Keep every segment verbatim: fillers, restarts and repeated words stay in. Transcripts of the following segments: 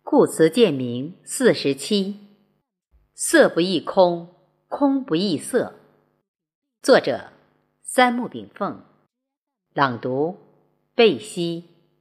故辞鉴明四十七，色不异空，空不异色。作者：三木炳凤。朗读：贝西。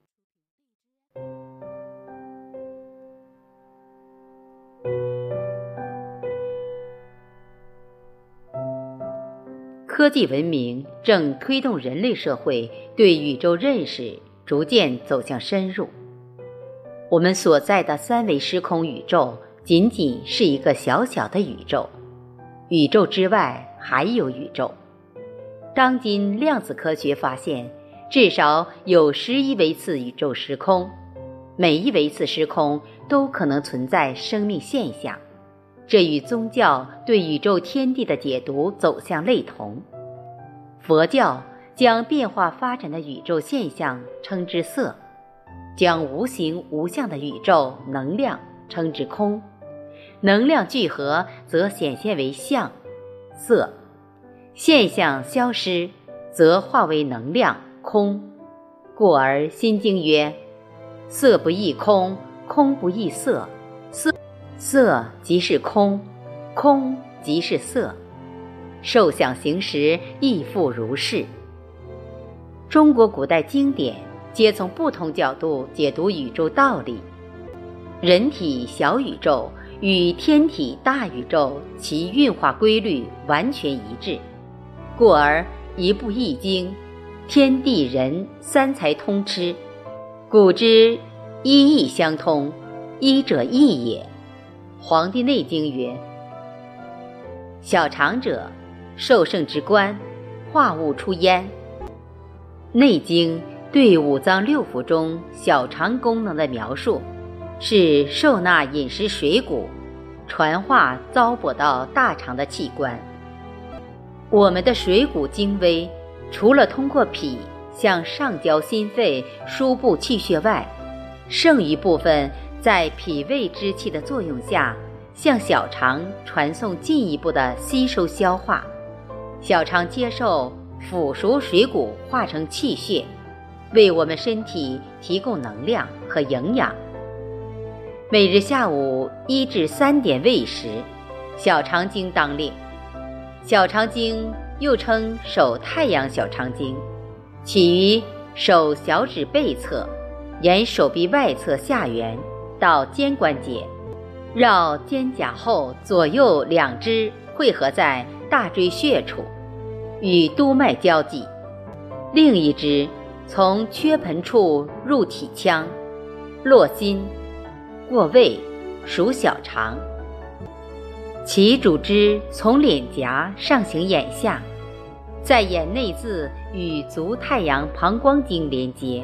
科技文明正推动人类社会对宇宙认识逐渐走向深入。我们所在的三维时空宇宙仅仅是一个小小的宇宙，宇宙之外还有宇宙。当今量子科学发现，至少有十一维次宇宙时空，每一维次时空都可能存在生命现象，这与宗教对宇宙天地的解读走向类同。佛教将变化发展的宇宙现象称之色，将无形无相的宇宙能量称之空，能量聚合则显现为相色，现象消失则化为能量空。故而心经曰：色不异空，空不异色，色色即是空，空即是色，受想行识亦复如是。中国古代经典皆从不同角度解读宇宙道理。人体小宇宙与天体大宇宙其运化规律完全一致，故而一部易经，天地人三才通吃，古之一义相通，一者义也。黄帝内经曰：小肠者，受圣之官，化物出焉。内经对五脏六腑中小肠功能的描述，是受纳饮食水谷，传化糟粕到大肠的器官。我们的水谷精微，除了通过脾向上焦心肺输布气血外，剩余部分在脾胃之气的作用下，向小肠传送进一步的吸收消化。小肠接受腐熟水谷化成气血，为我们身体提供能量和营养。每日下午一至三点喂食，小肠经当令。小肠经又称手太阳小肠经，起于手小指背侧，沿手臂外侧下缘到肩关节，绕肩胛后左右两支汇合在大椎穴处，与督脉交际。另一支从缺盆处入体腔，络心，过胃，属小肠。其主枝从脸颊上行眼下，在眼内眦与足太阳膀胱经连接。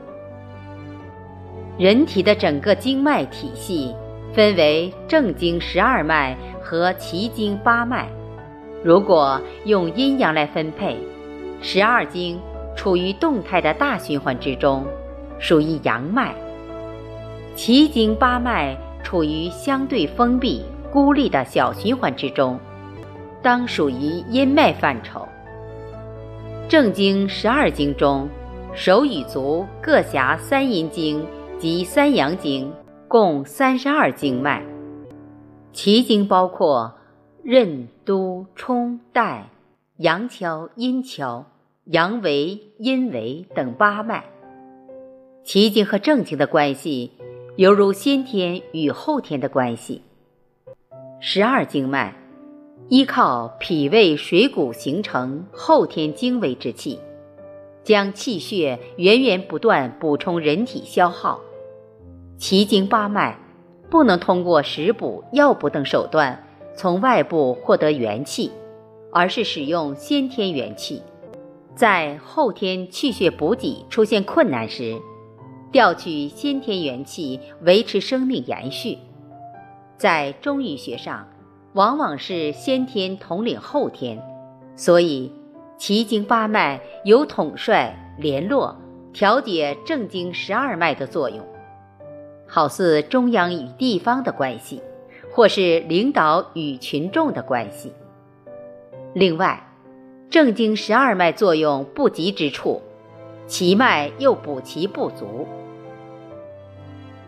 人体的整个经脉体系分为正经十二脉和奇经八脉。如果用阴阳来分配，十二经处于动态的大循环之中，属于阳脉；奇经八脉处于相对封闭孤立的小循环之中，当属于阴脉范畴。正经十二经中，手与足各辖三阴经及三阳经，共三十二经脉。奇经包括任、督、冲、带、阳跷、阴跷、阳维、阴维等八脉。奇经和正经的关系犹如先天与后天的关系。十二经脉依靠脾胃水谷形成后天精微之气，将气血源源不断补充人体消耗。奇经八脉不能通过食补、药补等手段从外部获得元气，而是使用先天元气。在后天气血补给出现困难时，调取先天元气维持生命延续。在中医学上，往往是先天统领后天，所以奇经八脉有统帅、联络、调节正经十二脉的作用，好似中央与地方的关系，或是领导与群众的关系。另外，正经十二脉作用不及之处，奇脉又补其不足。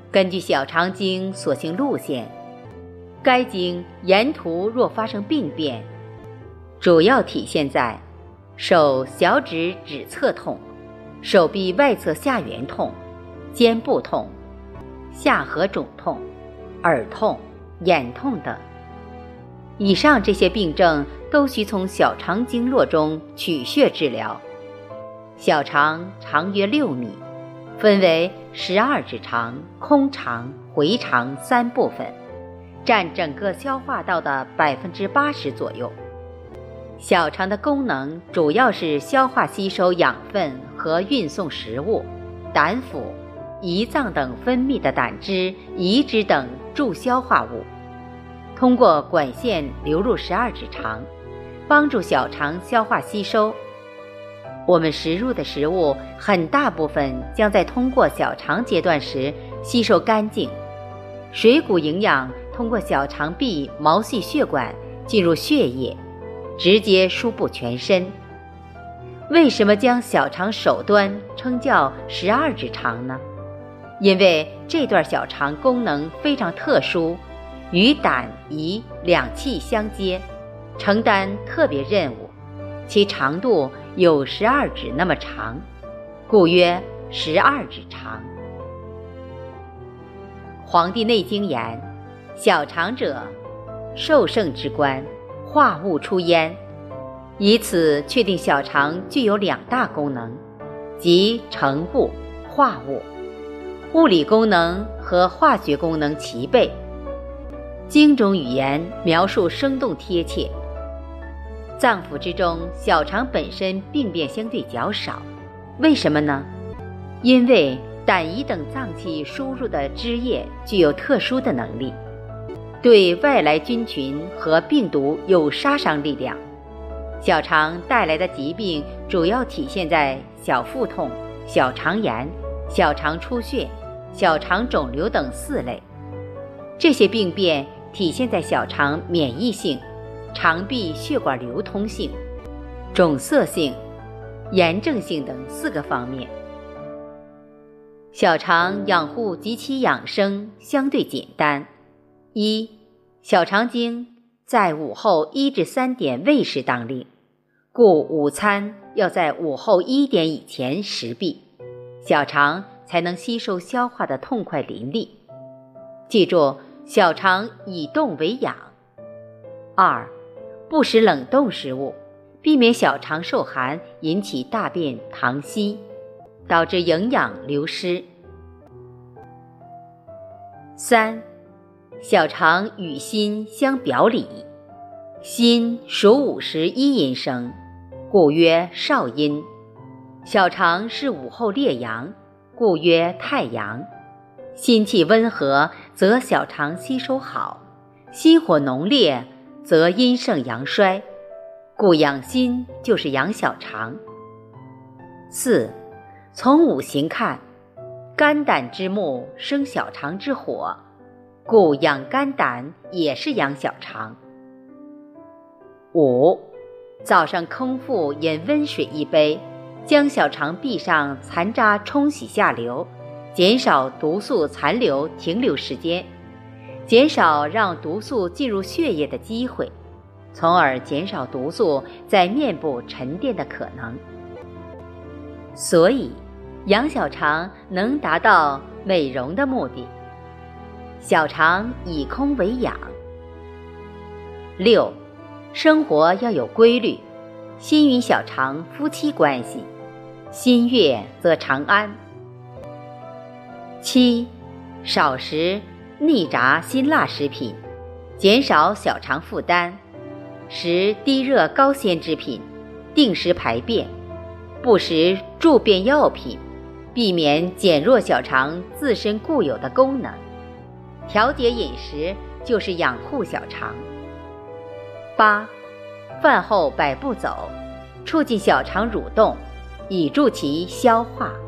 根据小肠经所行路线，该经沿途若发生病变，主要体现在手小指指侧痛、手臂外侧下缘痛、肩部痛、下颌肿痛、耳痛、眼痛等。以上这些病症都需从小肠经络中取穴治疗。小肠长约六米，分为十二指肠、空肠、回肠三部分，占整个消化道的百分之八十左右。小肠的功能主要是消化吸收养分和运送食物、胆腑、胰脏等分泌的胆汁、胰脂等助消化物，通过管线流入十二指肠，帮助小肠消化吸收。我们食入的食物很大部分将在通过小肠阶段时吸收干净，水谷营养通过小肠壁毛细血管进入血液，直接输布全身。为什么将小肠首端称叫十二指肠呢？因为这段小肠功能非常特殊，与胆胰两气相接，承担特别任务，其长度有十二指那么长，故曰十二指肠。《黄帝内经》言：小肠者，受盛之官，化物出焉，以此确定小肠具有两大功能，即成物、化物，物理功能和化学功能齐备。经中语言描述生动贴切。脏腑之中，小肠本身病变相对较少，为什么呢？因为胆胰等脏器输入的汁液具有特殊的能力，对外来菌群和病毒有杀伤力量。小肠带来的疾病主要体现在小腹痛、小肠炎、小肠出血、小肠肿瘤等四类。这些病变体现在小肠免疫性、肠壁血管流通性、肿塞性、炎症性等四个方面。小肠养护及其养生相对简单。一、小肠经在午后一至三点未食当令，故午餐要在午后一点以前食毕，小肠才能吸收消化的痛快淋漓。记住，小肠以动为养。二、不食冷冻食物，避免小肠受寒引起大便溏稀，导致营养流失。三、小肠与心相表里，心属午时一阴生，故曰少阴；小肠是午后烈阳，故曰太阳。心气温和，则小肠吸收好；心火浓烈，则阴盛阳衰，故养心就是养小肠。四、从五行看，肝胆之木生小肠之火，故养肝胆也是养小肠。五、早上空腹饮温水一杯，将小肠壁上残渣冲洗下流，减少毒素残留停留时间，减少让毒素进入血液的机会，从而减少毒素在面部沉淀的可能。所以养小肠能达到美容的目的。小肠以空为养。六、生活要有规律，心与小肠夫妻关系，心悦则肠安。七、少食腻炸辛辣食品，减少小肠负担，食低热高纤之品，定时排便，不食助便药品，避免减弱小肠自身固有的功能。调节饮食就是养护小肠。八、饭后百步走，促进小肠蠕动，以助其消化。